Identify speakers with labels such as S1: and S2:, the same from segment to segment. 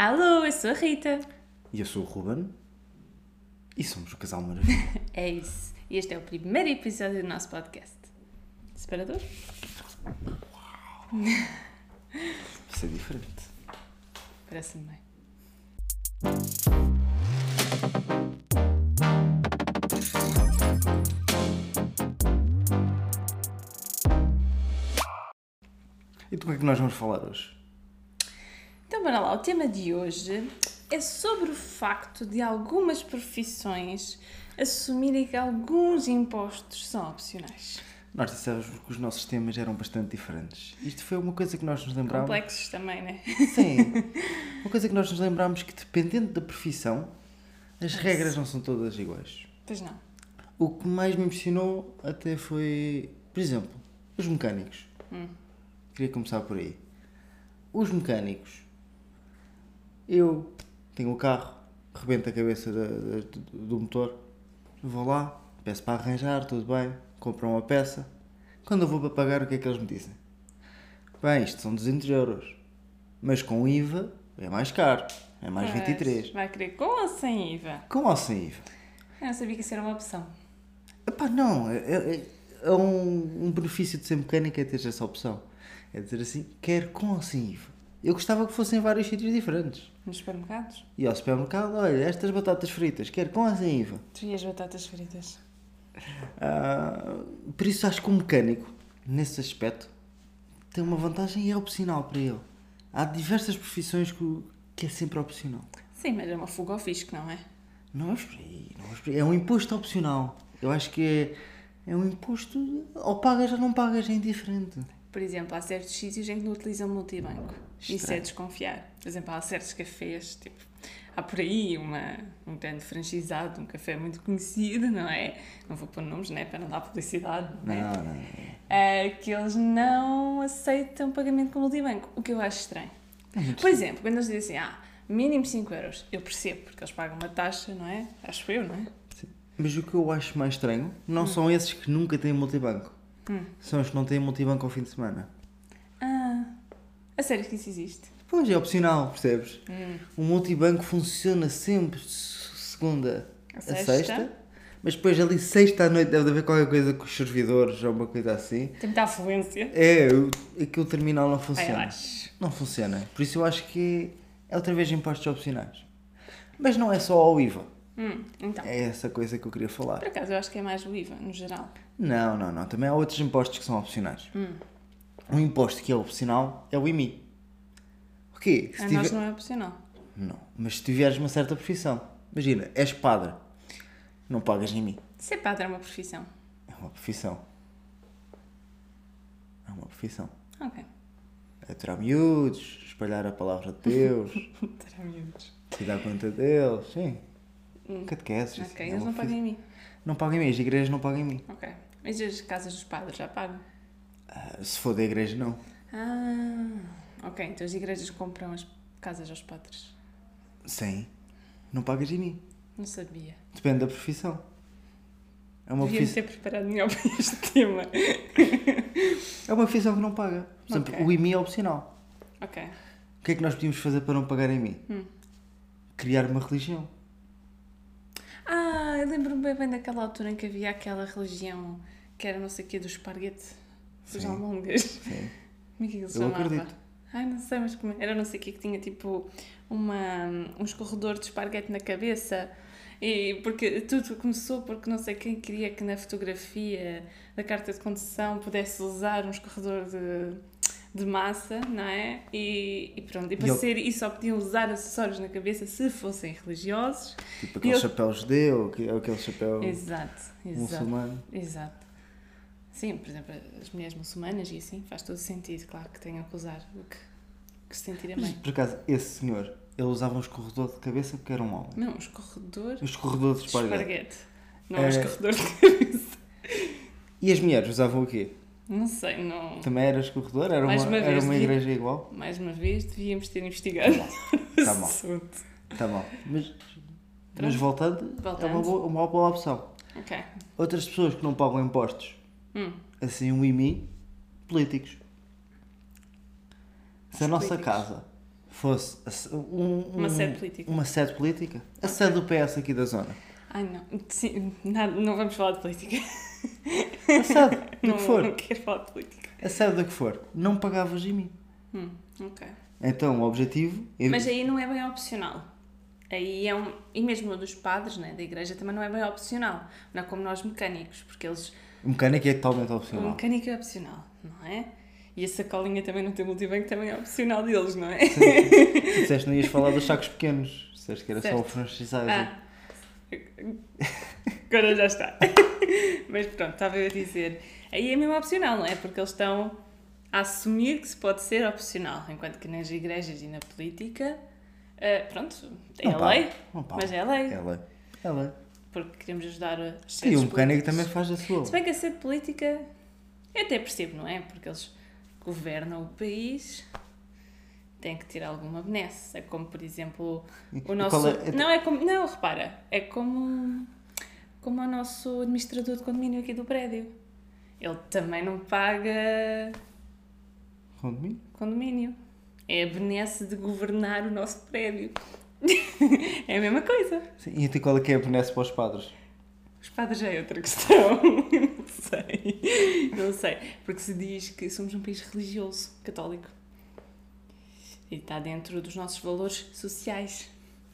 S1: Alô, eu sou a Rita.
S2: E eu sou o Ruben. E somos o Casal Maravilha.
S1: É isso. E este é o primeiro episódio do nosso podcast. Separador?
S2: Isso é diferente.
S1: Parece-me bem.
S2: E do que é que nós vamos falar hoje?
S1: Então, bora lá. O tema de hoje é sobre o facto de algumas profissões assumirem que alguns impostos são opcionais.
S2: Nós dissemos que os nossos temas eram bastante diferentes. Isto foi uma coisa que nós nos lembrámos...
S1: Complexos também, né?
S2: Sim. Uma coisa que nós nos lembrámos que, dependendo da profissão, as regras não são todas iguais.
S1: Pois não.
S2: O que mais me impressionou até foi, por exemplo, os mecânicos. Queria começar por aí. Os mecânicos. Eu tenho o carro, rebento a cabeça do motor, vou lá, peço para arranjar, tudo bem, compro uma peça. Quando eu vou para pagar, o que é que eles me dizem? Bem, isto são 200 euros, mas com IVA é mais caro, é mais 23.
S1: Vai querer com ou sem IVA?
S2: Com ou sem IVA?
S1: Eu não sabia que isso era uma opção.
S2: Epá, não, é um benefício de ser mecânico é ter essa opção. É dizer assim, quero com ou sem IVA. Eu gostava que fossem em vários sítios diferentes.
S1: Nos supermercados?
S2: E ao supermercado, olha, estas batatas fritas, quero com ou sem IVA.
S1: Tu e as batatas fritas?
S2: Por isso acho que o mecânico, nesse aspecto, tem uma vantagem e é opcional para ele. Há diversas profissões que é sempre opcional.
S1: Sim, mas é uma fuga ao fisco, não é?
S2: Não é por aí, não é por aí. É um imposto opcional. Eu acho que é um imposto, ou pagas ou não pagas, é indiferente.
S1: Por exemplo, há certos sítios em que não utilizam multibanco. Isso é
S2: Estranho.
S1: desconfiar. Por exemplo, há certos cafés, tipo, há por aí um grande franchisado, um café muito conhecido, não é? Não vou pôr nomes, né? Para não dar publicidade, não é?
S2: Não.
S1: Que eles não aceitam pagamento com multibanco, o que eu acho estranho. Por exemplo, quando eles dizem assim, mínimo 5 euros, eu percebo, porque eles pagam uma taxa, não é? Acho eu, não é?
S2: Sim. Mas o que eu acho mais estranho não são esses que nunca têm multibanco. São os que não têm multibanco ao fim de semana.
S1: A sério que isso existe?
S2: Pois, é opcional, percebes? O multibanco funciona sempre segunda a sexta, mas depois ali sexta à noite deve haver qualquer coisa com os servidores ou uma coisa assim.
S1: Tem muita afluência.
S2: Aquele terminal não
S1: Eu
S2: funciona.
S1: acho.
S2: Não funciona. Por isso eu acho que é outra vez impostos opcionais. Mas não é só ao IVA.
S1: Então,
S2: É essa coisa que eu queria falar.
S1: por acaso eu acho que é mais o IVA, no geral.
S2: Não. Também há outros impostos que são opcionais. Um imposto que é opcional é o IMI. O quê?
S1: A nós não é opcional.
S2: Não. Mas se tiveres uma certa profissão. Imagina, és padre. Não pagas IMI.
S1: Ser padre é uma profissão.
S2: É uma profissão. É uma profissão.
S1: Ok.
S2: É tirar miúdos, espalhar a palavra de Deus,
S1: Terá miúdos.
S2: se dar conta deles, sim. Catequeses.
S1: Ok,
S2: assim, é
S1: eles
S2: uma
S1: não pagam em mim.
S2: Não pagam em mim, as igrejas não pagam em mim.
S1: Ok. Mas as casas dos padres já pagam?
S2: Se for da igreja, não.
S1: Ok. Então as igrejas compram as casas aos padres.
S2: Sim. Não pagas em mim.
S1: Não sabia.
S2: Depende da profissão. É uma
S1: Devia-me
S2: profissão,
S1: ter preparado melhor para este tema.
S2: é uma profissão que não paga. Por exemplo,
S1: Ok.
S2: o IMI é opcional.
S1: Ok.
S2: O que é que nós podíamos fazer para não pagar em mim? Criar uma religião.
S1: Eu lembro-me bem daquela altura em que havia aquela religião que era não sei o quê do esparguete. Dos
S2: Sim.
S1: almôndegas.
S2: Sim.
S1: Como é que ele se
S2: Eu
S1: chamava?
S2: acredito.
S1: Não sei, mas como era não sei o quê que tinha tipo um escorredor de esparguete na cabeça. E porque tudo começou porque não sei quem queria que na fotografia da carta de condução pudesse usar um escorredor de massa, não é? E pronto, e para ser isso só podiam usar acessórios na cabeça se fossem religiosos.
S2: Tipo aquele
S1: eu-
S2: chapéu judeu, aquele chapéu
S1: Exato.
S2: muçulmano.
S1: Exato. Sim, por exemplo, as mulheres muçulmanas e assim, faz todo sentido, claro, que tenham que usar o que se sentirem
S2: Mas,
S1: bem.
S2: por acaso, esse senhor, ele usava um escorredor de cabeça porque era um homem.
S1: Não, um escorredor
S2: Um escorredor de
S1: de
S2: esparguete.
S1: esparguete. Não um escorredor de cabeça.
S2: E as mulheres usavam o quê?
S1: Não sei, não...
S2: Também era escorredor? Era
S1: Mais
S2: uma,
S1: uma
S2: era
S1: vez,
S2: uma
S1: devia-
S2: igreja igual?
S1: Mais uma vez, devíamos ter investigado
S2: Tá
S1: o
S2: bom.
S1: assunto.
S2: Tá bom. Mas
S1: Pronto.
S2: voltando, é
S1: Voltando.
S2: uma boa opção.
S1: Ok.
S2: Outras pessoas que não pagam impostos, assim, um IMI, políticos. Se a nossa
S1: políticos.
S2: casa fosse
S1: Uma sede política.
S2: Uma sede política? A sede do PS aqui da zona.
S1: Ai não, sim, não vamos falar de política.
S2: A sede do que for.
S1: Não quero falar de política.
S2: A sede do que for. Não pagavas em mim.
S1: Ok.
S2: Então o objetivo...
S1: Mas aí não é bem opcional. Aí é e mesmo dos padres, né, da igreja, também não é bem opcional. Não é como nós mecânicos, porque eles...
S2: O mecânico é totalmente
S1: O
S2: opcional.
S1: mecânico é opcional, não é? E a sacolinha também não tem multibanco, também é opcional deles, não é?
S2: Tu disseste que não ias falar dos sacos pequenos. Disseste que era
S1: Certo.
S2: só o franchisagem.
S1: Agora já está. Mas pronto, estava eu a dizer. Aí é mesmo opcional, não é? Porque eles estão a assumir que se pode ser opcional. Enquanto que nas igrejas e na política, pronto, é
S2: Não
S1: a
S2: paga,
S1: lei.
S2: não paga.
S1: Mas é a lei.
S2: É lei. É lei.
S1: Porque queremos ajudar as
S2: E
S1: sedes
S2: o mecânico
S1: políticas.
S2: também faz a sua.
S1: Se bem que a sede política, eu até percebo, não é? Porque eles governam o país, têm que ter alguma benesse. É como, por exemplo, o nosso...
S2: qual é?
S1: Não, é como... Não, repara. É como o nosso administrador de condomínio aqui do prédio. Ele também não paga condomínio. É a benesse de governar o nosso prédio. É a mesma coisa.
S2: Sim, e qual é que é a benesse para os padres?
S1: Os padres já é outra questão. Não sei. Não sei. Porque se diz que somos um país religioso, católico. E está dentro dos nossos valores sociais.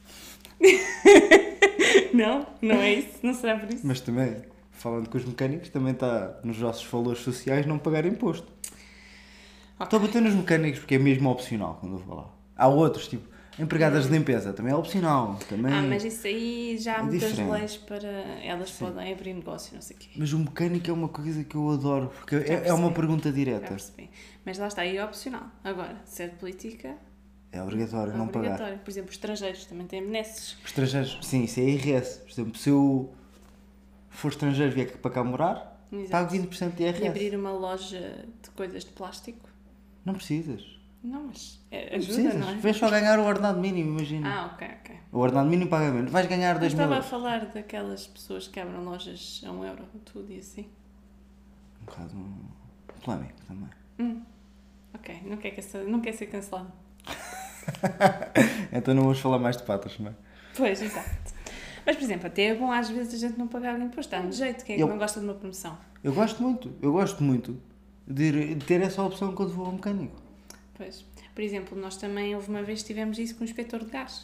S1: Não? Não é isso? Não será por isso?
S2: Mas também, falando com os mecânicos, também está nos nossos valores sociais não pagar imposto. Estou a bater nos mecânicos porque é mesmo opcional quando eu vou lá. Há outros, tipo, empregadas de limpeza, também é opcional. Também
S1: mas isso aí já há muitas
S2: diferente.
S1: leis para... Elas podem abrir negócio, não sei o quê.
S2: Mas o mecânico é uma coisa que eu adoro, porque
S1: Já
S2: é uma
S1: percebi.
S2: pergunta
S1: Já
S2: direta.
S1: percebi. Mas lá está, aí é opcional. Agora, ser política
S2: É obrigatório
S1: é
S2: não pagar.
S1: obrigatório. Por exemplo, os estrangeiros também têm benesses.
S2: Os estrangeiros, sim, isso é IRS. Por exemplo, se eu for estrangeiro e vier para cá morar,
S1: Exato.
S2: pago 20% de IRS.
S1: E abrir uma loja de coisas de plástico?
S2: Não precisas.
S1: Não, mas
S2: Não
S1: ajuda,
S2: precisas.
S1: não é?
S2: Vês só ganhar o ordenado mínimo, imagina.
S1: Ah, ok.
S2: O ordenado mínimo paga menos. Vais ganhar
S1: Eu
S2: 2 mil
S1: estava a
S2: euros.
S1: falar daquelas pessoas que abrem lojas a €1, tudo e assim.
S2: Um bocado polémico também.
S1: Ok, não quer ser cancelado.
S2: Então não vamos falar mais de patas, não é?
S1: Pois, exato. Mas, por exemplo, até é bom às vezes a gente não pagar o imposto. Dá-me jeito. Quem é que não gosta de uma promoção?
S2: Eu gosto muito de ter essa opção quando vou ao mecânico.
S1: Pois. Por exemplo, nós também houve uma vez tivemos isso com o inspetor de gás.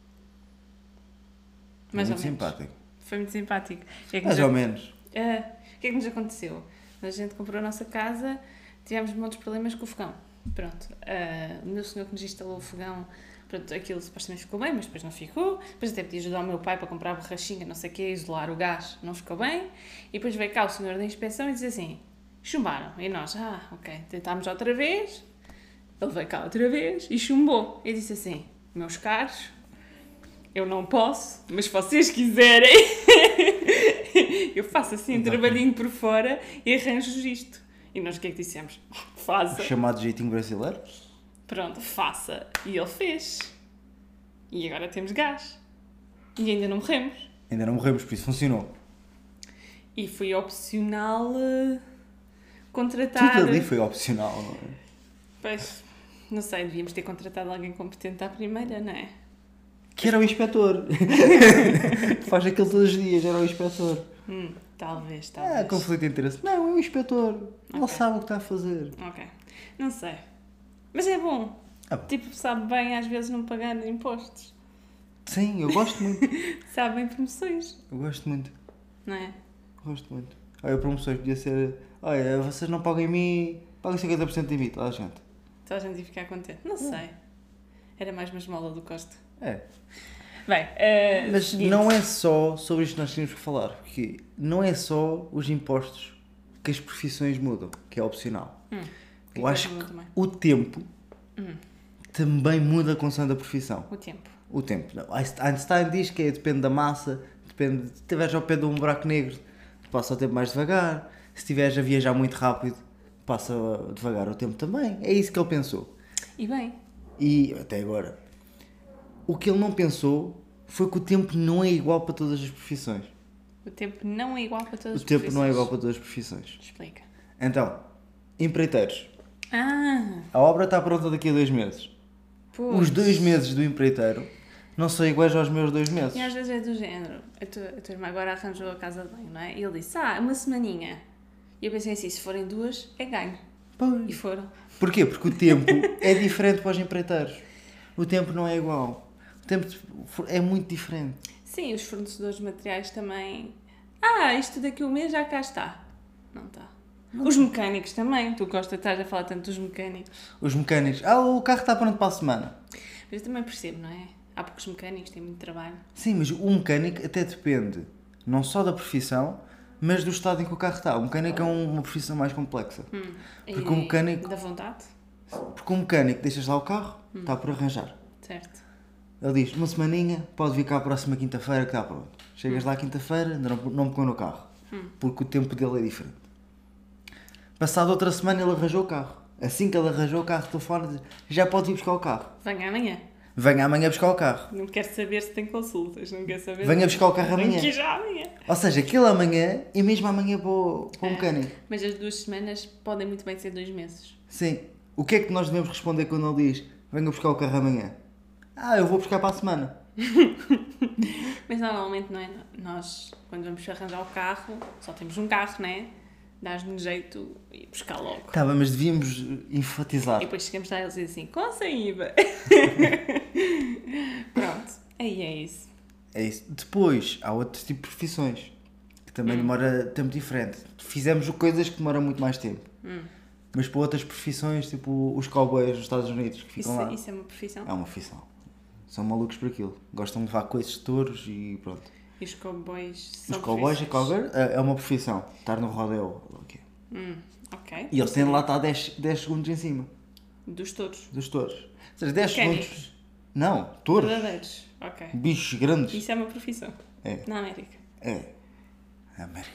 S1: Mais
S2: Muito
S1: ou menos.
S2: simpático.
S1: Foi muito simpático.
S2: Mais ou menos.
S1: O que é que nos aconteceu? A gente comprou a nossa casa, tivemos muitos problemas com o fogão. Pronto. O meu senhor que nos instalou o fogão, pronto, aquilo supostamente ficou bem, mas depois não ficou. Depois até pedi ajudar o meu pai para comprar borrachinha, não sei o quê, isolar o gás, não ficou bem. E depois veio cá o senhor da inspeção e disse assim, chumbaram. E nós, ok, tentámos outra vez. Ele veio cá outra vez e chumbou. E disse assim, meus caros, eu não posso, mas se vocês quiserem, eu faço assim um trabalhinho por fora e arranjo isto. E nós o que é que dissemos? Faça.
S2: O chamado jeitinho brasileiro.
S1: Pronto, faça. E ele fez. E agora temos gás. E ainda não morremos.
S2: Ainda não morremos, por isso funcionou.
S1: E foi opcional contratar...
S2: Tudo ali foi opcional, não é?
S1: Pois, não sei, devíamos ter contratado alguém competente à primeira, não é?
S2: Que era o inspetor. Faz aquilo todos os dias, era o inspetor.
S1: Talvez.
S2: Conflito de interesse. Não, é o inspetor. Ele
S1: Ok.
S2: sabe o que está a fazer.
S1: Ok. Não sei. Mas é bom.
S2: Ah, bom.
S1: Tipo, sabe bem às vezes não pagar impostos.
S2: Sim, eu gosto muito.
S1: Sabe bem promoções,
S2: Eu gosto muito.
S1: não é?
S2: Gosto muito. Olha, promoções podia ser... Olha, vocês não pagam em mim, pagam 50% de mim, toda a gente.
S1: Só a gente ia ficar contente. Não sei. Era mais uma esmola do Costa.
S2: É.
S1: Bem,
S2: Mas
S1: seguinte.
S2: não é só sobre isto que nós temos que falar, porque não é só os impostos que as profissões mudam, que é opcional.
S1: Que
S2: Eu acho
S1: coisa
S2: que
S1: muito bem.
S2: o tempo também muda consoante a profissão.
S1: O tempo.
S2: O tempo. Não, Einstein diz que depende da massa, depende, se estiveres ao pé de um buraco negro, passa o tempo mais devagar. Se estiveres a viajar muito rápido, passa devagar o tempo também. É isso que ele pensou.
S1: E bem,
S2: E até agora, o que ele não pensou foi que o tempo não é igual para todas as profissões.
S1: o tempo não é igual para todas as
S2: O tempo não é
S1: profissões.
S2: igual para todas as profissões.
S1: Explica.
S2: Então, empreiteiros.
S1: Ah,
S2: A obra está pronta daqui a 2 meses.
S1: Pois.
S2: Os 2 meses do empreiteiro não são iguais aos meus 2 meses.
S1: E às vezes é do género. A tua irmã agora arranjou a casa de banho, não é? E ele disse, uma semaninha. E eu pensei assim, se forem 2, é ganho.
S2: Pois.
S1: E foram.
S2: Porquê? Porque o tempo é diferente para os empreiteiros. O tempo não é igual. O tempo é muito diferente.
S1: Sim, os fornecedores de materiais também. Isto daqui a um mês já cá está. Não está. Os mecânicos também. Tu estás a falar tanto dos mecânicos.
S2: Os mecânicos. O carro está pronto para a semana.
S1: Mas eu também percebo, não é? Há poucos mecânicos, têm muito trabalho.
S2: Sim, mas o mecânico até depende não só da profissão, mas do estado em que o carro está. O mecânico é uma profissão mais complexa. Porque o mecânico...
S1: Da vontade?
S2: Porque o mecânico, deixas lá o carro, está por arranjar.
S1: Certo.
S2: Ele diz, uma semaninha, pode vir cá a próxima quinta-feira que está pronto. Chegas lá quinta-feira, ainda não pegou no carro. Porque o tempo dele é diferente. Passado outra semana ele arranjou o carro. Assim que ele arranjou o carro, telefone diz, já pode ir buscar o carro.
S1: Venha amanhã.
S2: Venha amanhã buscar o carro.
S1: Não quero saber se tem consultas, não quero saber...
S2: Venha buscar o carro amanhã.
S1: Tenho que ir já amanhã.
S2: Ou seja, aquele amanhã e mesmo amanhã para o mecânico.
S1: Mas as 2 semanas podem muito bem ser 2 meses.
S2: Sim. O que é que nós devemos responder quando ele diz, venha buscar o carro amanhã? Eu vou buscar para a semana.
S1: Mas normalmente, não é? Nós, quando vamos arranjar o carro, só temos um carro, não é? Dás-nos jeito e buscar logo.
S2: Tá bem, mas devíamos enfatizar.
S1: E depois chegamos lá e eles dizem assim, com sem IVA. Pronto, aí é isso.
S2: É isso. Depois, há outro tipo de profissões que também demora tempo diferente. Fizemos coisas que demoram muito mais tempo. Mas para outras profissões, tipo os cowboys dos Estados Unidos que ficam lá.
S1: Isso é uma profissão?
S2: É uma profissão. São malucos por aquilo. Gostam de levar coisas de touros e pronto.
S1: E os cowboys são
S2: Os cowboys e
S1: profissões?
S2: cowgirl é uma profissão. Estar no rodeo. Okay.
S1: Ok.
S2: E eles têm de lá estar 10 segundos em cima
S1: Dos touros?
S2: dos touros. Ou seja, 10
S1: Mecânicos?
S2: segundos. Não, touros.
S1: Verdadeiros? Ok.
S2: Bichos grandes.
S1: Isso é uma profissão?
S2: É.
S1: Na América?
S2: É. América.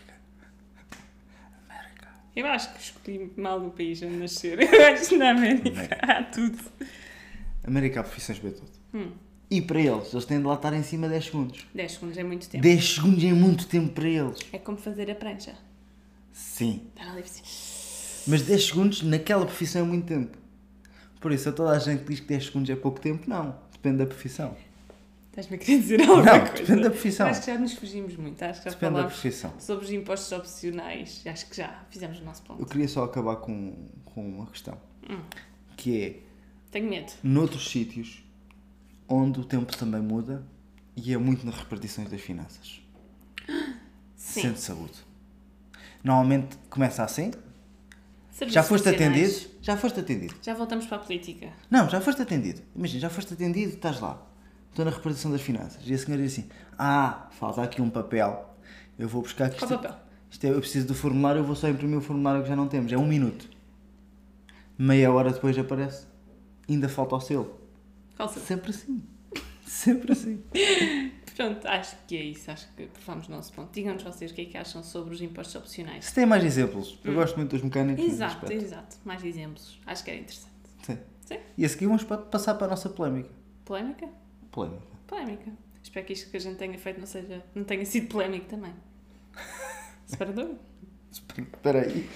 S1: Eu acho que escolhi mal o país onde nascer. Eu acho que na América há tudo.
S2: América há profissões bem tudo. E para eles têm de lá estar em cima 10 segundos.
S1: 10 segundos é muito tempo.
S2: 10 segundos é muito tempo para eles.
S1: É como fazer a prancha.
S2: Sim.
S1: Estar ali assim.
S2: Mas 10 segundos naquela profissão é muito tempo. Por isso, a toda a gente que diz que 10 segundos é pouco tempo, não. Depende da profissão.
S1: Estás-me a querer dizer alguma coisa?
S2: Depende da profissão.
S1: Acho que já nos fugimos muito. Acho que já
S2: Depende da
S1: falámos
S2: profissão.
S1: sobre os impostos opcionais. Acho que já fizemos o nosso ponto.
S2: Eu queria só acabar com uma questão. Que é,
S1: Tenho medo.
S2: noutros sítios, onde o tempo também muda, e é muito nas repartições das finanças.
S1: Sim.
S2: Centro de saúde. Normalmente começa assim.
S1: Serviços
S2: Já foste
S1: nacionais.
S2: atendido? Já foste atendido.
S1: Já voltamos para a política.
S2: Não, já foste atendido. Imagina, já foste atendido, estás lá. Estou na repartição das finanças. E a senhora diz assim, falta aqui um papel. Eu vou buscar aqui.
S1: Qual papel?
S2: Eu preciso do formulário, eu vou só imprimir o formulário que já não temos. É 1 minuto. Meia hora depois aparece. Ainda falta o selo.
S1: Qual seja?
S2: Sempre assim. Sempre assim.
S1: Pronto, acho que é isso. Acho que provamos o nosso ponto. Digam-nos vocês o que é que acham sobre os impostos opcionais.
S2: Se tem mais exemplos, eu gosto muito dos mecânicos. nesse
S1: Exato,
S2: aspecto.
S1: exato. Mais exemplos. Acho que era interessante.
S2: Sim.
S1: Sim.
S2: E a seguir vamos passar para a nossa polémica.
S1: Polémica?
S2: Polémica.
S1: Polémica. Espero que isto que a gente tenha feito não tenha sido polémico também. Separador?
S2: Espera aí.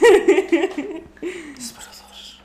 S2: Separadores.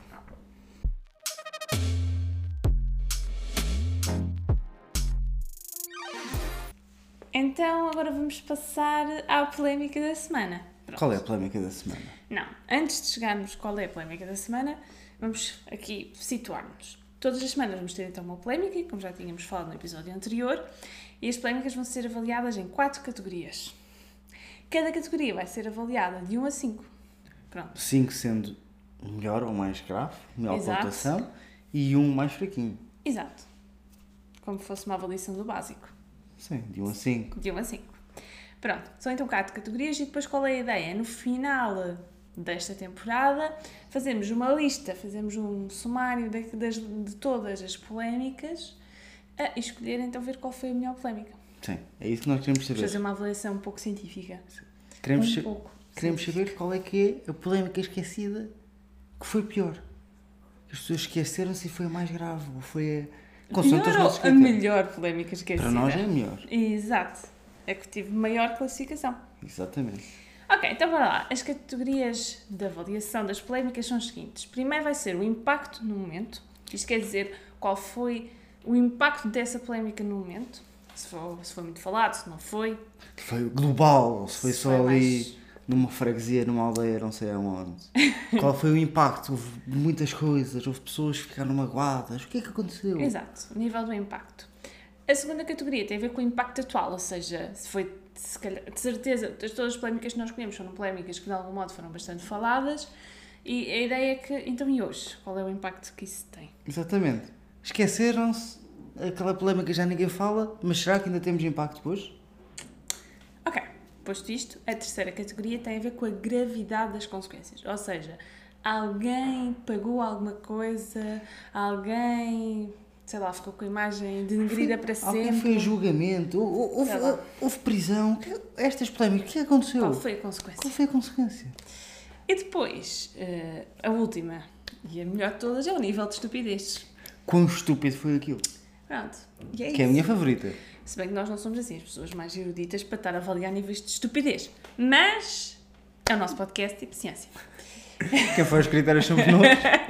S1: Então agora vamos passar à polémica da semana. Pronto.
S2: Qual é a polémica da semana?
S1: Não, antes de chegarmos qual é a polémica da semana, vamos aqui situar-nos. Todas as semanas vamos ter então uma polémica, como já tínhamos falado no episódio anterior, e as polémicas vão ser avaliadas em 4 categorias. Cada categoria vai ser avaliada de 1 a 5. Pronto.
S2: 5 sendo melhor ou mais grave, melhor
S1: Exato.
S2: pontuação, e 1 mais fraquinho.
S1: Exato. Como fosse uma avaliação do básico.
S2: Sim, de 1 a 5.
S1: De 1 a 5. Pronto, são então 4 categorias e depois qual é a ideia? No final desta temporada fazemos uma lista, fazemos um sumário de todas as polémicas e escolher então ver qual foi a melhor polémica.
S2: Sim, é isso que nós queremos saber.
S1: Fazer uma avaliação um pouco científica.
S2: Queremos,
S1: Um pouco.
S2: queremos saber qual é que é a polémica esquecida que foi pior. As pessoas esqueceram-se e foi a mais grave. Ou foi a... Consoante os
S1: Melhor
S2: nossos
S1: ou a
S2: critérios.
S1: melhor polémica esquecida?
S2: Para nós é a melhor.
S1: Exato. É que tive maior classificação.
S2: Exatamente.
S1: Ok, então bora lá. As categorias de avaliação das polémicas são as seguintes. Primeiro vai ser o impacto no momento. Isto quer dizer qual foi o impacto dessa polémica no momento, se foi muito falado, se não foi.
S2: Foi global, se foi só
S1: foi
S2: ali
S1: mais...
S2: numa freguesia, numa aldeia, não sei aonde. Qual foi o impacto? Houve muitas coisas, houve pessoas que ficaram magoadas. O que é que aconteceu?
S1: Exato, o nível do impacto. A segunda categoria tem a ver com o impacto atual, ou seja, se foi, se calhar, de certeza, todas as polémicas que nós escolhemos foram polémicas que de algum modo foram bastante faladas, e a ideia é que, então e hoje? Qual é o impacto que isso tem?
S2: Exatamente. Esqueceram-se, aquela polémica já ninguém fala, mas será que ainda temos impacto hoje?
S1: Ok, posto isto, a terceira categoria tem a ver com a gravidade das consequências. Ou seja, alguém pagou alguma coisa, alguém, sei lá, ficou com a imagem denegrida para sempre.
S2: Alguém foi a julgamento, houve prisão. Estas polémicas, o que aconteceu?
S1: Qual foi a consequência?
S2: Qual foi a consequência?
S1: E depois, a última, e a melhor de todas, é o nível de estupidez.
S2: Quão estúpido foi aquilo?
S1: Pronto, e é
S2: Que é a
S1: isso.
S2: minha favorita.
S1: Se bem que nós não somos assim, as pessoas mais eruditas para estar a avaliar níveis de estupidez. Mas é o nosso podcast tipo ciência.
S2: Quem foi os critérios somos nós.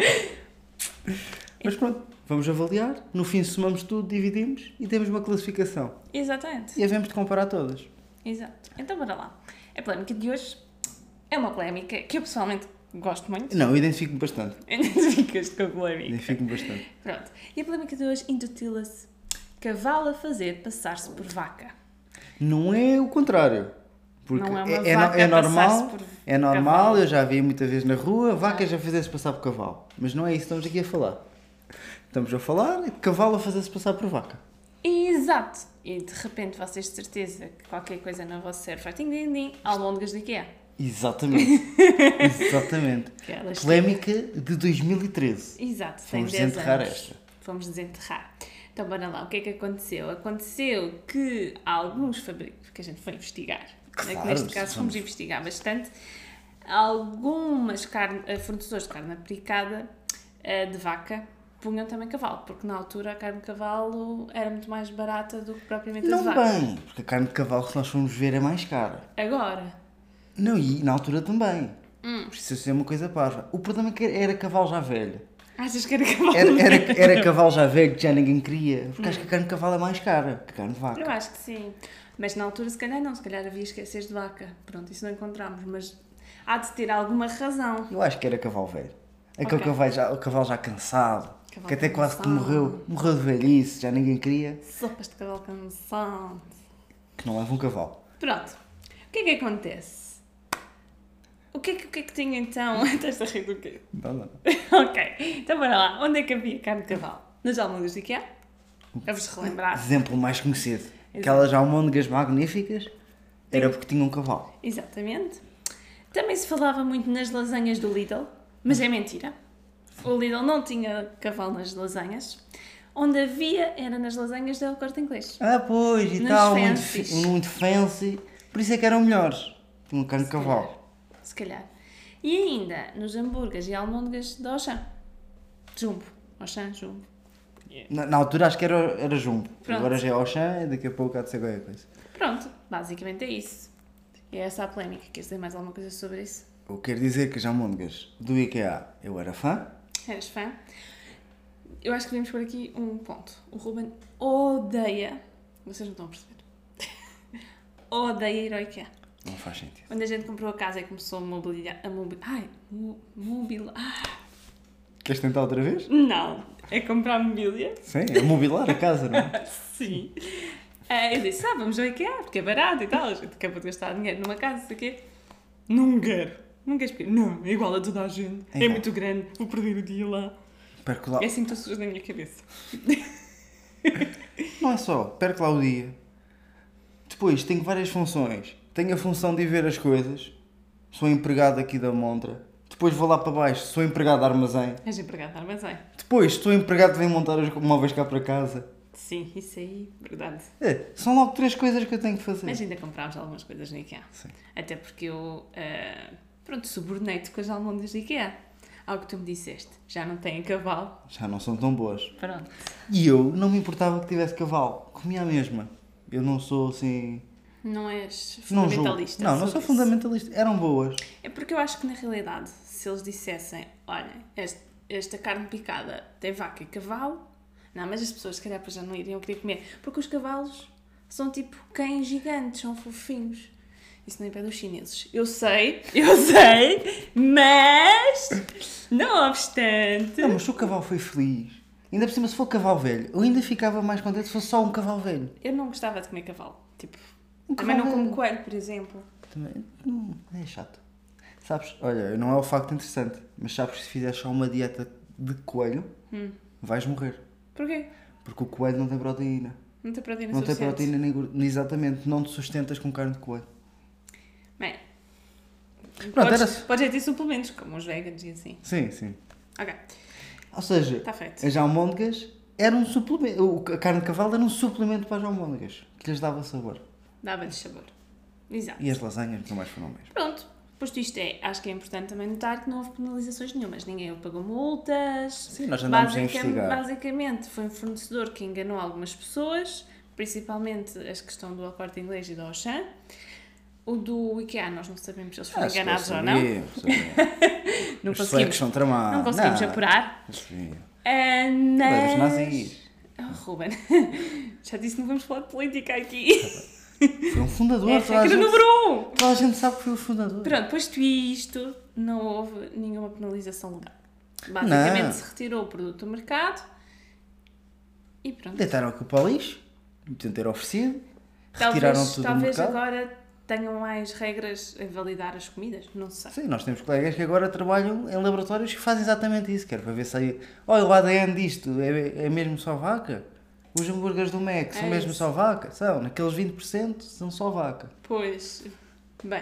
S2: Mas pronto, vamos avaliar. No fim somamos tudo, dividimos e temos uma classificação.
S1: Exatamente.
S2: E havemos de comparar todas.
S1: Exato. Então bora lá. A polémica de hoje é uma polémica que eu pessoalmente gosto muito.
S2: Não, eu identifico-me bastante.
S1: Identificas-te com a polémica.
S2: Identifico-me bastante.
S1: Pronto. E a polémica de hoje intitula-se Cavalo a fazer passar-se por vaca.
S2: Não é o contrário. Porque
S1: Não é uma vaca
S2: é
S1: a
S2: normal,
S1: passar-se por
S2: é normal,
S1: cavalo.
S2: eu já vi muitas vezes na rua, vacas a fazer-se passar por cavalo. Mas não é isso que estamos aqui a falar. Estamos a falar de cavalo a fazer-se passar por vaca.
S1: Exato. E de repente vocês de certeza que qualquer coisa no vosso cérebro faz tim-tim-tim, almôndegas de IKEA.
S2: Exatamente. Exatamente.
S1: Aquelas
S2: Polémica de 2013.
S1: Exato,
S2: Fomos
S1: tem 10
S2: desenterrar
S1: anos.
S2: esta.
S1: Fomos desenterrar. Então, bora lá, o que é que aconteceu? Aconteceu que alguns fabricantes, que a gente foi investigar,
S2: Claro,
S1: neste caso fomos investigar bastante, algumas fornecedores de carne aplicada de vaca punham também cavalo, porque na altura a carne de cavalo era muito mais barata do que propriamente a de
S2: Não
S1: vaca.
S2: bem, porque a carne de cavalo, se nós formos ver, é mais cara.
S1: Agora,
S2: Não, e na altura também. Precisa ser uma coisa parva. O problema é que era cavalo já velho.
S1: achas que era cavalo?
S2: Era cavalo já velho que já ninguém queria. Porque acho que a carne de cavalo é mais cara que a carne de vaca.
S1: Eu acho que sim. Mas na altura, se calhar não. Se calhar havia esqueces de vaca. Pronto, isso não encontramos. Mas há de ter alguma razão.
S2: Eu acho que era cavalo velho. Aquele
S1: Ok.
S2: cavalo já cansado.
S1: Cavalo
S2: que até quase que
S1: cansado.
S2: morreu de velhice, já ninguém queria.
S1: Sopas de cavalo cansado.
S2: Que não leva um cavalo.
S1: Pronto. O que é que acontece? O que é que tinha então? Estás a rir do quê?
S2: Não.
S1: Ok. Então bora lá. Onde é que havia carne de cavalo? Nas almôndegas de IKEA? Vamos relembrar.
S2: Exemplo mais conhecido. Aquelas almôndegas magníficas era porque tinham um cavalo.
S1: Exatamente. Também se falava muito nas lasanhas do Lidl, mas é mentira. O Lidl não tinha cavalo nas lasanhas. Onde havia era nas lasanhas do Corte Inglês.
S2: Ah, pois, e
S1: Nos
S2: tal,
S1: fancies.
S2: muito fancy. Por isso é que eram melhores. Tinham carne de cavalo.
S1: Se calhar. E ainda nos hambúrgueres e almôndegas da Auchan. Jumbo. Auchan, Jumbo.
S2: Na altura acho que era Jumbo.
S1: Pronto.
S2: Agora já é Auchan e daqui a pouco há de ser qualquer coisa.
S1: Pronto, basicamente é isso. E é essa a polémica. Queres dizer mais alguma coisa sobre isso?
S2: Eu quero dizer que as almôndegas do IKEA eu era fã.
S1: Eras fã? Eu acho que devemos pôr aqui um ponto. O Ruben odeia, vocês não estão a perceber, odeia ir ao IKEA.
S2: Não faz sentido.
S1: Quando a gente comprou a casa e começou a mobiliar...
S2: Queres tentar outra vez?
S1: Não, é comprar mobília.
S2: Sim, é mobilar a casa, não é?
S1: Sim. Eu disse, vamos ao IKEA, porque é barato e tal. A gente acabou de gastar dinheiro numa casa, isso aqui. Não quero. Não queres pedir? Não, é igual a toda a gente. É
S2: igual.
S1: muito grande, vou perder o dia lá.
S2: Perco lá.
S1: É assim que tu surge na minha cabeça.
S2: Não é só, perco lá o dia. Depois tenho várias funções. Tenho a função de ir ver as coisas. Sou empregado aqui da montra. Depois vou lá para baixo, sou empregado de armazém.
S1: És empregado de armazém.
S2: Depois sou empregado de vir montar os móveis cá para casa.
S1: Sim, isso aí, verdade.
S2: São logo 3 coisas que eu tenho que fazer.
S1: Mas ainda comprámos algumas coisas no IKEA.
S2: Sim.
S1: Até porque eu, subornei-te com as almôndegas do IKEA. Algo que tu me disseste. Já não têm cavalo.
S2: Já não são tão boas.
S1: Pronto.
S2: E eu não me importava que tivesse cavalo. Comia a mesma. Eu não sou assim...
S1: Não és
S2: Não julgo.
S1: fundamentalista.
S2: Não
S1: sobre
S2: sou
S1: isso.
S2: fundamentalista. Eram boas.
S1: É porque eu acho que na realidade, se eles dissessem, olha, esta carne picada tem vaca e cavalo, Não, mas as pessoas, se calhar, já não iriam querer comer. Porque os cavalos são tipo cães gigantes, são fofinhos. Isso não impede os chineses. Eu sei, mas... Não obstante...
S2: Não, mas se o cavalo foi feliz, ainda por cima se for cavalo velho, eu ainda ficava mais contente se fosse só um cavalo velho.
S1: Eu não gostava de comer cavalo. Tipo,
S2: Um
S1: também não
S2: cavalo
S1: como coelho, por exemplo.
S2: Também é chato. Sabes, olha, não é o facto interessante, mas sabes que se fizeres só uma dieta de coelho, vais morrer.
S1: Porquê?
S2: Porque o coelho não tem proteína.
S1: Não tem proteína
S2: Não tem
S1: suficiente.
S2: proteína nem gordura. Exatamente, não te sustentas com carne de coelho.
S1: Bem,
S2: Pronto,
S1: podes ter suplementos, como os veganos e assim.
S2: Sim, sim.
S1: Ok,
S2: Ou seja,
S1: está feito.
S2: as almôndegas eram um suplemento. A carne de cavalo era um suplemento para as almôndegas, que lhes dava sabor.
S1: Dava-lhes sabor. Exato.
S2: E as lasanhas nunca mais foram o mesmo.
S1: Pronto, posto isto acho que é importante também notar que não houve penalizações nenhumas. Ninguém pagou multas.
S2: Sim, nós andámos a investigar.
S1: Basicamente, foi um fornecedor que enganou algumas pessoas, principalmente a questão do El Corte Inglês e do Auchan. O do IKEA, nós não sabemos se eles foram enganados ou não. Não
S2: Os suecos são tramados.
S1: Não conseguimos apurar.
S2: Os nazis.
S1: Oh, Ruben, já disse que não vamos falar de política aqui.
S2: Foi um fundador.
S1: É regra número 1.
S2: Toda a gente sabe que foi o fundador.
S1: Pronto, posto isto, não houve nenhuma penalização legal. Basicamente
S2: Não.
S1: se retirou o produto do mercado e pronto.
S2: Deitaram a culpa ao lixo, podiam ter oferecido, retiraram tudo do
S1: Talvez
S2: mercado.
S1: agora tenham mais regras a validar as comidas, não sei.
S2: Sim, nós temos colegas que agora trabalham em laboratórios que fazem exatamente isso, para ver se aí, olha, o ADN disto é mesmo só vaca? Os hambúrgueres do Mac são mesmo só vaca? São, naqueles 20% são só vaca.
S1: Pois, bem,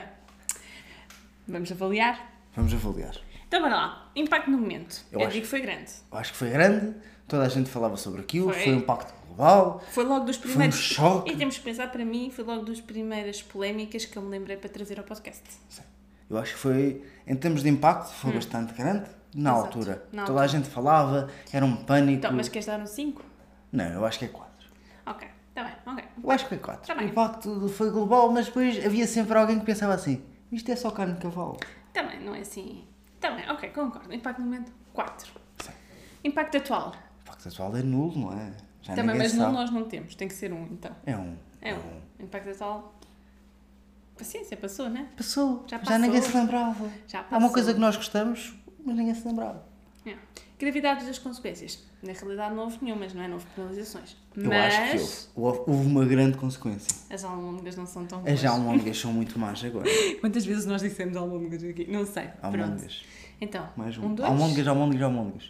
S1: vamos avaliar.
S2: Vamos avaliar.
S1: Então, bora lá. Impacto no momento. Eu digo que foi grande.
S2: Eu acho que foi grande, toda a gente falava sobre aquilo,
S1: Foi.
S2: foi um impacto global.
S1: Foi logo dos primeiros...
S2: Foi um choque.
S1: E temos que pensar, para mim, foi logo das primeiras polémicas que eu me lembrei para trazer ao podcast.
S2: Sim. Eu acho que foi, em termos de impacto, foi bastante grande na
S1: Exato.
S2: altura.
S1: Na
S2: Toda a gente falava, era um pânico.
S1: Então, mas queres dar um 5?
S2: Não, eu acho que é 4.
S1: Ok, está bem, ok.
S2: Eu acho que é 4.
S1: Tá
S2: O
S1: bem.
S2: impacto foi global, mas depois havia sempre alguém que pensava assim, isto é só carne de cavalo.
S1: Também, não é assim... Também, ok, concordo. Impacto no momento, 4.
S2: Sim.
S1: Impacto atual.
S2: O impacto atual é nulo, não é? Já
S1: Também,
S2: ninguém
S1: mas
S2: sabe.
S1: nós não temos. Tem que ser 1, então.
S2: É um.
S1: É 1. Impacto atual... Paciência, passou, né?
S2: Passou.
S1: Já
S2: Já
S1: passou.
S2: ninguém se lembrava.
S1: Já
S2: Há uma
S1: passou.
S2: coisa que nós gostamos, mas ninguém se lembrava.
S1: É. Gravidade das consequências. Na realidade não houve nenhumas, não é? Não houve penalizações.
S2: Eu
S1: Mas
S2: acho que houve uma grande consequência.
S1: as almôndegas não são tão boas.
S2: As almôndegas são muito más agora.
S1: Quantas vezes nós dissemos almôndegas aqui? Não sei. Pronto.
S2: Almôndegas.
S1: Então,
S2: Mais
S1: 2.
S2: Almôndegas.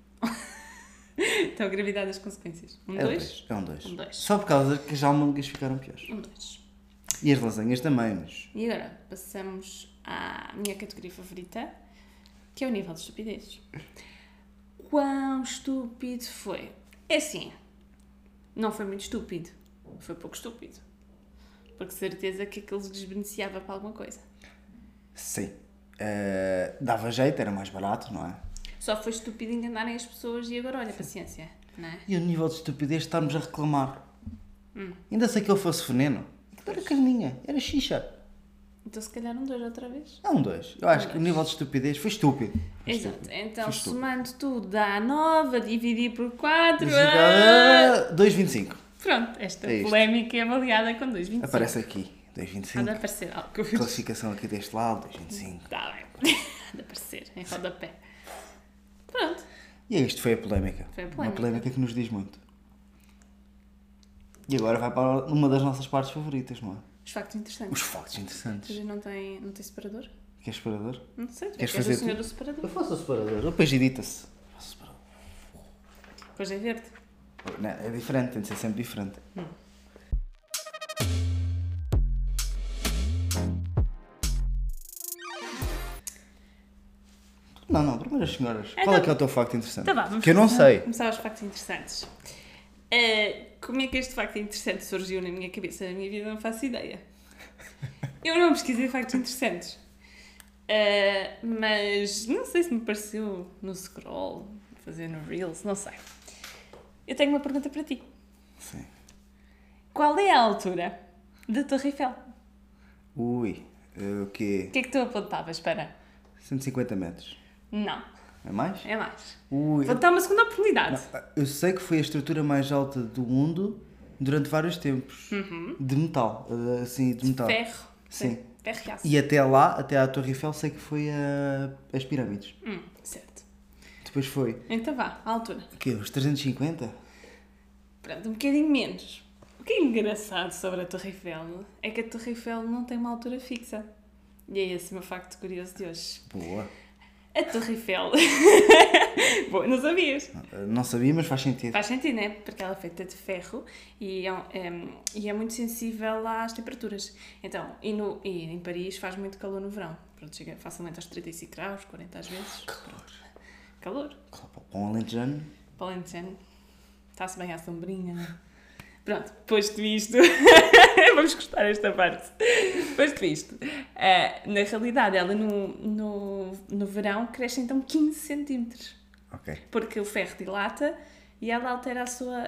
S1: Então, gravidade das consequências.
S2: É
S1: 2.
S2: 2. É um 2.
S1: Um dois.
S2: Só por causa que as almôndegas ficaram piores.
S1: 2.
S2: E as lasanhas também, mas...
S1: E agora, passamos à minha categoria favorita, que é o nível de estupidez. Quão estúpido foi? É assim, não foi muito estúpido, foi pouco estúpido. Porque certeza que aquilo desbeneficiava para alguma coisa.
S2: Sim. Dava jeito, era mais barato, não é?
S1: Só foi estúpido enganarem as pessoas e agora, olha, paciência, não é?
S2: E o nível de estupidez estarmos a reclamar. Ainda se aquilo fosse veneno. Aquilo era carninha, era xixa.
S1: Então se calhar 2 outra vez.
S2: É um 2. Eu acho que o nível de estupidez foi estúpido. Foi
S1: Exato,
S2: estúpido.
S1: então
S2: Foi estúpido.
S1: somando tudo dá 9, a dividir por 4...
S2: 2,25.
S1: Pronto, esta
S2: É isto.
S1: polémica é avaliada com 2,25.
S2: Aparece aqui.
S1: Há de
S2: 2,25.
S1: aparecer algo que eu fiz.
S2: Classificação aqui deste lado, 2,25.
S1: Está bem. Há de aparecer em rodapé. Pronto.
S2: E isto foi a polémica.
S1: Foi a
S2: Uma
S1: polémica.
S2: polémica que nos diz muito. E agora vai para uma das nossas partes favoritas, não é?
S1: Os factos interessantes.
S2: Os factos interessantes.
S1: Hoje não tem separador?
S2: Queres separador?
S1: Não sei. Tu
S2: Queres
S1: és
S2: fazer
S1: o senhor
S2: tu?
S1: do separador.
S2: Eu faço o separador. Depois edita-se. Faço o separador.
S1: Depois é verde.
S2: Não, é diferente, tem de ser sempre diferente. Não, primeiro as senhoras. Qual é que é o teu facto interessante?
S1: Então vá, vamos
S2: que eu não
S1: começar-
S2: sei.
S1: começar os factos interessantes. Como é que este facto interessante surgiu na minha cabeça, na minha vida, não faço ideia. Eu não pesquisei factos interessantes. Mas não sei se me pareceu no scroll, fazer no Reels, não sei. Eu tenho uma pergunta para ti.
S2: Sim.
S1: Qual é a altura da Torre Eiffel?
S2: Ui, o quê?
S1: O que é que tu apontavas para?
S2: 150 metros.
S1: Não.
S2: É mais?
S1: É mais.
S2: Ui,
S1: Vou dar uma segunda oportunidade.
S2: eu sei que foi a estrutura mais alta do mundo durante vários tempos. De metal. Assim, de metal.
S1: Ferro.
S2: Sim.
S1: Ferro e aço.
S2: E até lá, até à Torre Eiffel, sei que foi as pirâmides.
S1: Certo.
S2: Depois foi,
S1: Então vá, à altura.
S2: o quê? Os 350?
S1: Pronto, um bocadinho menos. O que é engraçado sobre a Torre Eiffel é que a Torre Eiffel não tem uma altura fixa. E é esse o meu facto curioso de hoje.
S2: Boa.
S1: A Torre Eiffel... Bom, não sabias?
S2: Não sabia, mas faz sentido.
S1: Faz sentido, não é? Porque ela é feita de ferro e é muito sensível às temperaturas. Então, e em Paris faz muito calor no verão. Pronto, chega facilmente aos 35 graus, 40 às vezes. Calor.
S2: Com um alentejano.
S1: Para o Alentejano, está-se bem à sombrinha, não é? Pronto, posto isto, vamos gostar esta parte. Posto isto, na realidade ela no verão cresce então 15 centímetros.
S2: Ok.
S1: Porque o ferro dilata e ela altera a sua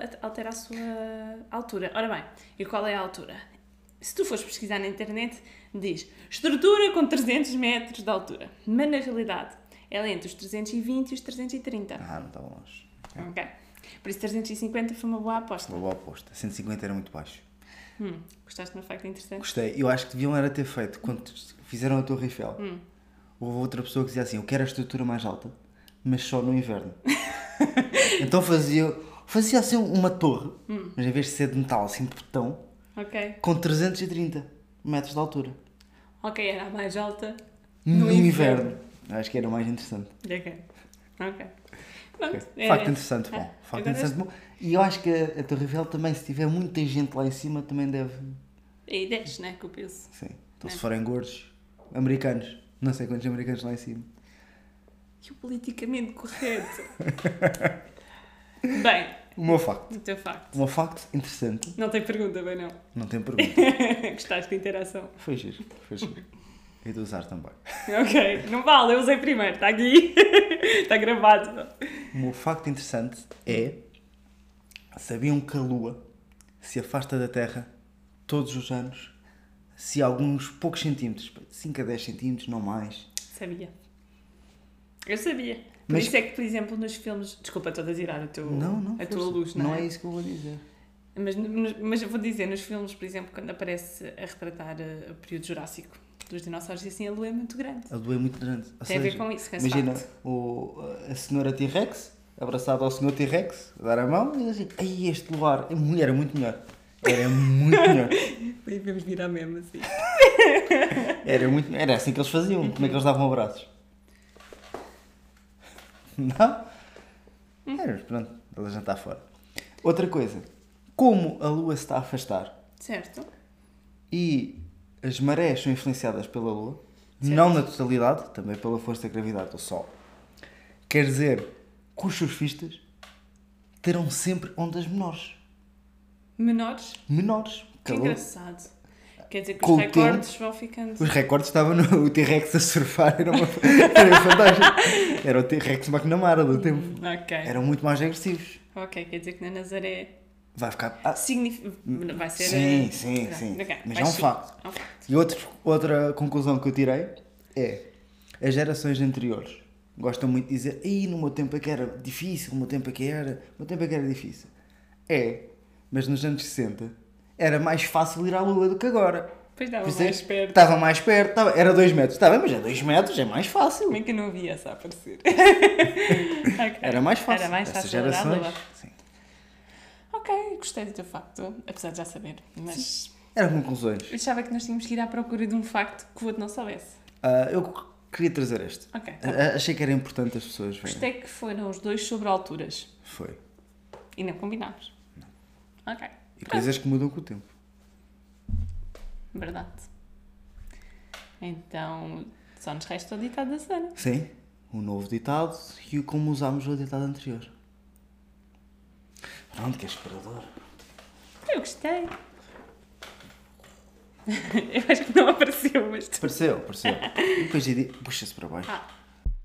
S1: altura. Ora bem, e qual é a altura? Se tu fores pesquisar na internet, diz estrutura com 300 metros de altura. Mas na realidade, ela é entre os 320 e os 330.
S2: Não estava longe.
S1: Ok. Por isso 350 foi uma boa aposta.
S2: Uma boa aposta. 150 era muito baixo.
S1: Gostaste de uma facto interessante?
S2: Gostei. Eu acho que deviam era ter feito, quando fizeram a Torre Eiffel, houve outra pessoa que dizia assim, eu quero a estrutura mais alta, mas só no inverno. Então fazia assim uma torre, mas em vez de ser de metal, assim de betão,
S1: Ok.
S2: com 330 metros de altura.
S1: Ok, era a mais alta
S2: No inverno. Acho que era mais interessante.
S1: Ok. Pronto,
S2: Facto interessante, bom. Facto
S1: agora
S2: interessante, bom. E eu acho que a Torre Eiffel também, se tiver muita gente lá em cima, também deve...
S1: E 10, né, que eu penso.
S2: Sim. Então se forem gordos, americanos, não sei quantos americanos lá em cima.
S1: E o politicamente correto. Bem,
S2: O meu facto.
S1: o teu facto.
S2: O meu facto interessante.
S1: Não tem pergunta, bem não.
S2: Não tem pergunta.
S1: Gostaste da interação?
S2: Foi giro. E de usar também.
S1: Ok, não vale, eu usei primeiro, está aqui. Está gravado.
S2: O meu facto interessante é... Sabiam que a Lua se afasta da Terra todos os anos, se alguns poucos centímetros, 5 a 10 centímetros, não mais.
S1: Sabia. Eu sabia. Por
S2: Mas-
S1: isso é que, por exemplo, nos filmes... Desculpa, estou a tirar a tua
S2: força.
S1: luz, não é?
S2: Não é isso que eu vou dizer.
S1: Mas eu vou dizer, nos filmes, por exemplo, quando aparece a retratar o período jurássico dos dinossauros, e assim, a Lua é muito grande.
S2: A Lua é muito grande. Ou
S1: Tem a ver
S2: seja,
S1: com isso, com esse
S2: imagina
S1: facto.
S2: a senhora T-Rex, abraçada ao senhor T-Rex, a dar a mão e diz assim, ai, este luar era muito melhor. Era muito melhor.
S1: E vamos virar mesmo assim.
S2: Era assim que eles faziam. Como é que eles davam abraços? Não? Mas pronto, ela já está fora. Outra coisa. Como a Lua se está a afastar
S1: Certo?
S2: e as marés são influenciadas pela Lua,
S1: Certo.
S2: não na totalidade, também pela força da gravidade do Sol, quer dizer que os surfistas terão sempre ondas menores.
S1: Menores?
S2: Menores.
S1: Que
S2: Calor.
S1: engraçado. Quer dizer que
S2: Com
S1: os
S2: o
S1: recordes vão ficando...
S2: Os recordes estavam no T-Rex a surfar, era fantástico. Era o T-Rex McNamara do tempo.
S1: Ok.
S2: Eram muito mais agressivos.
S1: Ok, quer dizer que na Nazaré...
S2: Vai ficar.
S1: Vai ser...
S2: Sim.
S1: Ok,
S2: Mas
S1: vai
S2: é um
S1: ser-
S2: facto.
S1: é um facto.
S2: E outra conclusão que eu tirei é as gerações anteriores gostam muito de dizer aí no meu tempo é que era difícil, no meu tempo é que era difícil. Mas nos anos 60 era mais fácil ir à Lua do que agora.
S1: Pois estava
S2: Por isso é
S1: mais
S2: que
S1: perto.
S2: Estava mais perto, era 2 metros. Está bem, mas é 2 metros, é mais fácil.
S1: Como é que eu não vi essa a aparecer? Ok.
S2: Era mais fácil.
S1: Era mais
S2: Essas
S1: fácil ir à
S2: gerações.
S1: Lua.
S2: Sim.
S1: Ok, gostei do teu facto, apesar de já saber. Mas
S2: Eram conclusões.
S1: eu achava que nós tínhamos que ir à procura de um facto que o outro não soubesse.
S2: Eu queria trazer este.
S1: Ok.
S2: Achei que era importante as pessoas verem.
S1: Gostei que foram os dois sobre alturas.
S2: Foi.
S1: E não combinámos. Ok.
S2: E coisas que mudam com o tempo.
S1: Verdade. Então, só nos resta o ditado da semana.
S2: Sim. O novo ditado e como usámos o ditado anterior. Pronto, que é esperador.
S1: Eu gostei. Eu acho que não apareceu, mas...
S2: Pareceu. E depois puxa-se para baixo.
S1: Ah.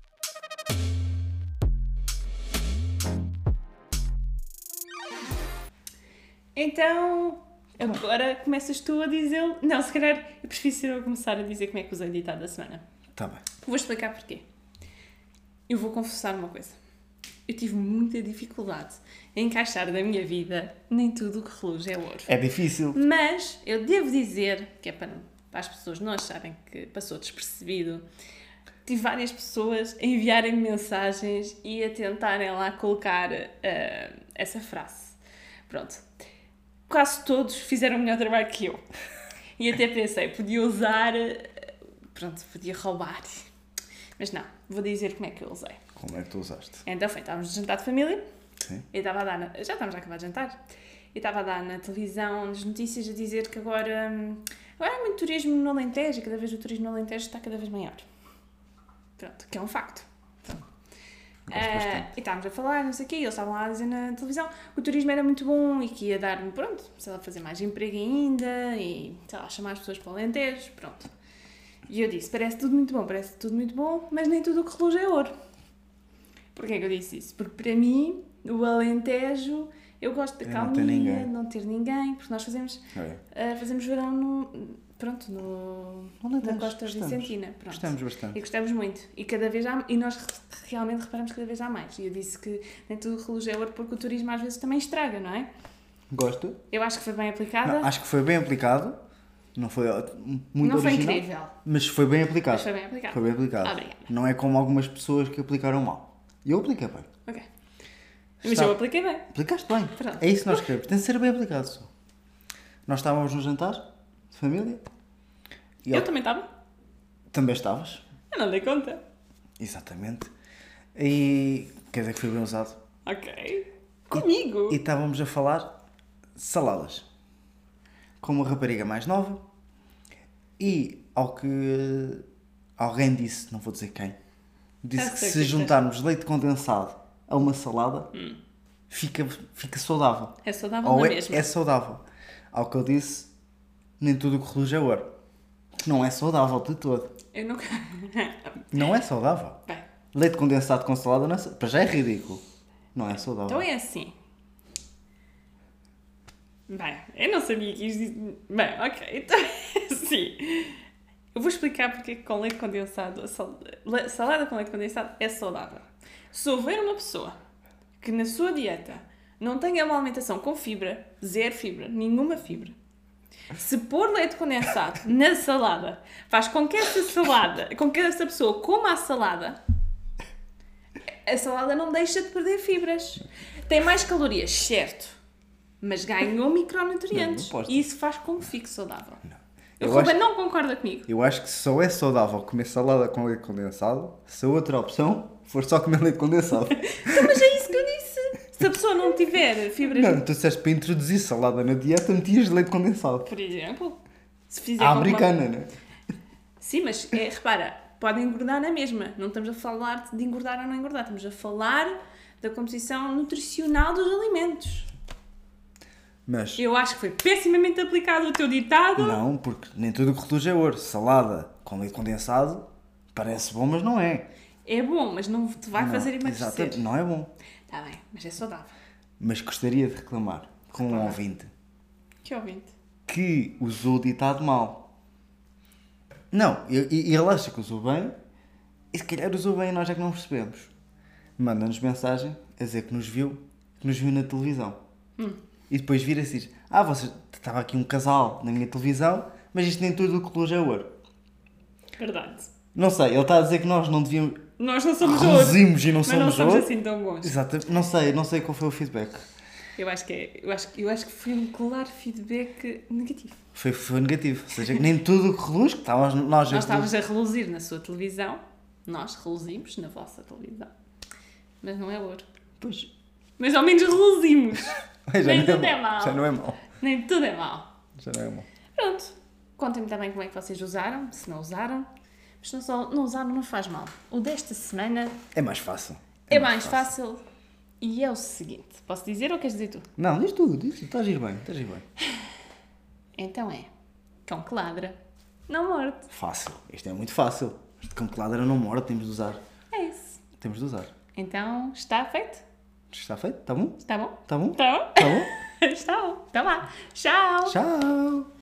S1: Então, agora começas tu a dizer... Não, se calhar eu prefiro ser eu a começar a dizer como é que usei o ditado da semana.
S2: Tá bem.
S1: Vou explicar porquê. eu vou confessar uma coisa. Eu tive muita dificuldade em encaixar na minha vida nem tudo o que reluz é ouro.
S2: É difícil.
S1: Mas eu devo dizer, que é para as pessoas não acharem que passou despercebido, tive várias pessoas a enviarem mensagens e a tentarem lá colocar essa frase. Pronto. Quase todos fizeram o melhor trabalho que eu. E até pensei, podia usar... Pronto, podia roubar. Mas não, vou dizer como é que eu usei.
S2: Como é que tu usaste?
S1: Então estávamos de jantar de família.
S2: Sim.
S1: E estava a dar já estávamos a acabar de jantar. E estava a dar na televisão, nas notícias, a dizer que agora há muito turismo no Alentejo e cada vez o turismo no Alentejo está cada vez maior. Pronto, que é um facto. E estávamos a falar, não sei o quê, e eles estavam lá a dizer na televisão que o turismo era muito bom e que ia dar-me, pronto, sei lá, fazer mais emprego ainda e, sei lá, chamar as pessoas para o Alentejo, pronto. E eu disse, parece tudo muito bom, mas nem tudo o que reluz é ouro. Porquê é que eu disse isso? Porque para mim, o Alentejo, eu gosto da calmia, não ter ninguém, porque nós fazemos verão na Costa Vicentina. Pronto.
S2: Gostamos bastante.
S1: E gostamos muito. E cada vez há, e nós realmente reparamos que cada vez há mais. E eu disse que nem tudo reluz é ouro porque o turismo às vezes também estraga, não é?
S2: Gosto.
S1: Eu acho que foi bem aplicada.
S2: Não, acho que foi bem aplicado. Não foi muito
S1: não
S2: original.
S1: Foi incrível.
S2: Mas foi bem aplicado.
S1: Mas foi bem aplicado.
S2: Foi bem aplicado.
S1: Obrigada.
S2: Não é como algumas pessoas que aplicaram mal. Eu apliquei bem.
S1: Ok. Mas eu apliquei bem.
S2: Aplicaste bem.
S1: Pronto.
S2: É isso que nós queremos. Tem de ser bem aplicado só. Nós estávamos no jantar de família. E
S1: eu também estava.
S2: Também estavas.
S1: Eu não dei conta.
S2: Exatamente. E quer dizer que foi bem usado.
S1: Ok. Comigo.
S2: E estávamos a falar saladas. Com uma rapariga mais nova. E ao que alguém disse, não vou dizer quem, disse que se juntarmos leite condensado a uma salada, fica saudável.
S1: É saudável na mesma.
S2: É saudável. Ao que eu disse, nem tudo o que reluz é ouro. Não é saudável de todo.
S1: Eu nunca...
S2: Não é saudável.
S1: Bem.
S2: Leite condensado com salada não é... Para já é ridículo. Não é saudável.
S1: Então é assim. Bem, eu não sabia que isto... Bem, ok. Então é assim. Eu vou explicar porque com leite condensado... Salada com leite condensado é saudável. Se houver uma pessoa que na sua dieta não tenha uma alimentação com fibra, zero fibra, nenhuma fibra, se pôr leite condensado na salada, faz com que essa pessoa coma a salada não deixa de perder fibras. Tem mais calorias, certo, mas ganhou micronutrientes.
S2: Não
S1: E isso faz com que fique saudável.
S2: Não.
S1: O Ruben não concorda comigo.
S2: Eu acho que só é saudável comer salada com leite condensado se a outra opção for só comer leite condensado.
S1: Então, mas é isso que eu disse. Se a pessoa não tiver fibras...
S2: Não, tu disseste para introduzir salada na dieta, metias leite condensado.
S1: Por exemplo, se fizer
S2: a americana, não é?
S1: Sim, mas repara, pode engordar na mesma. Não estamos a falar de engordar ou não engordar. Estamos a falar da composição nutricional dos alimentos.
S2: Mas...
S1: Eu acho que foi pessimamente aplicado o teu ditado.
S2: Não, porque nem tudo o que reluz é ouro. Salada com leite condensado parece bom, mas não é.
S1: É bom, mas não te vai fazer emagrecer.
S2: Exatamente, não é bom.
S1: Está bem, mas é saudável.
S2: Mas gostaria de reclamar com um ouvinte.
S1: Que ouvinte?
S2: Que usou o ditado mal. Não, e ele acha que usou bem, e se calhar usou bem e nós é que não percebemos. Manda-nos mensagem a dizer que nos viu na televisão. E depois vira-se e diz, estava aqui um casal na minha televisão, mas isto nem tudo o que reluz é ouro.
S1: Verdade.
S2: Não sei, ele está a dizer que nós não devíamos...
S1: Nós não somos ouro.
S2: Reduzimos e não somos ouro.
S1: Mas não somos assim tão bons.
S2: Exato, não sei qual foi o feedback.
S1: Eu acho que foi um claro feedback negativo.
S2: Foi negativo, ou seja, nem tudo o que reluz, que nós
S1: estávamos a reluzir na sua televisão, nós reluzimos na vossa televisão, mas não é ouro.
S2: Pois.
S1: Mas ao menos reluzimos. Nem tudo
S2: é
S1: mau.
S2: Já não é mau.
S1: Nem tudo é mau.
S2: Já não é mau.
S1: Pronto. Contem-me também como é que vocês usaram, se não usaram. Mas se não usaram, não faz mal. O desta semana...
S2: É mais fácil.
S1: É mais fácil. E é o seguinte. Posso dizer ou queres dizer tu?
S2: Não, diz tu. Estás a ir bem.
S1: Então é. Cão que ladra, não morde.
S2: Fácil. Isto é muito fácil. Este cão que ladra não morde, temos de usar.
S1: É isso.
S2: Temos de usar.
S1: Então, está feito?
S2: Está feito? Está bom?
S1: Está bom?
S2: Está bom?
S1: Está bom?
S2: Está bom?
S1: Está bom. Então vá. Tchau.
S2: Tchau.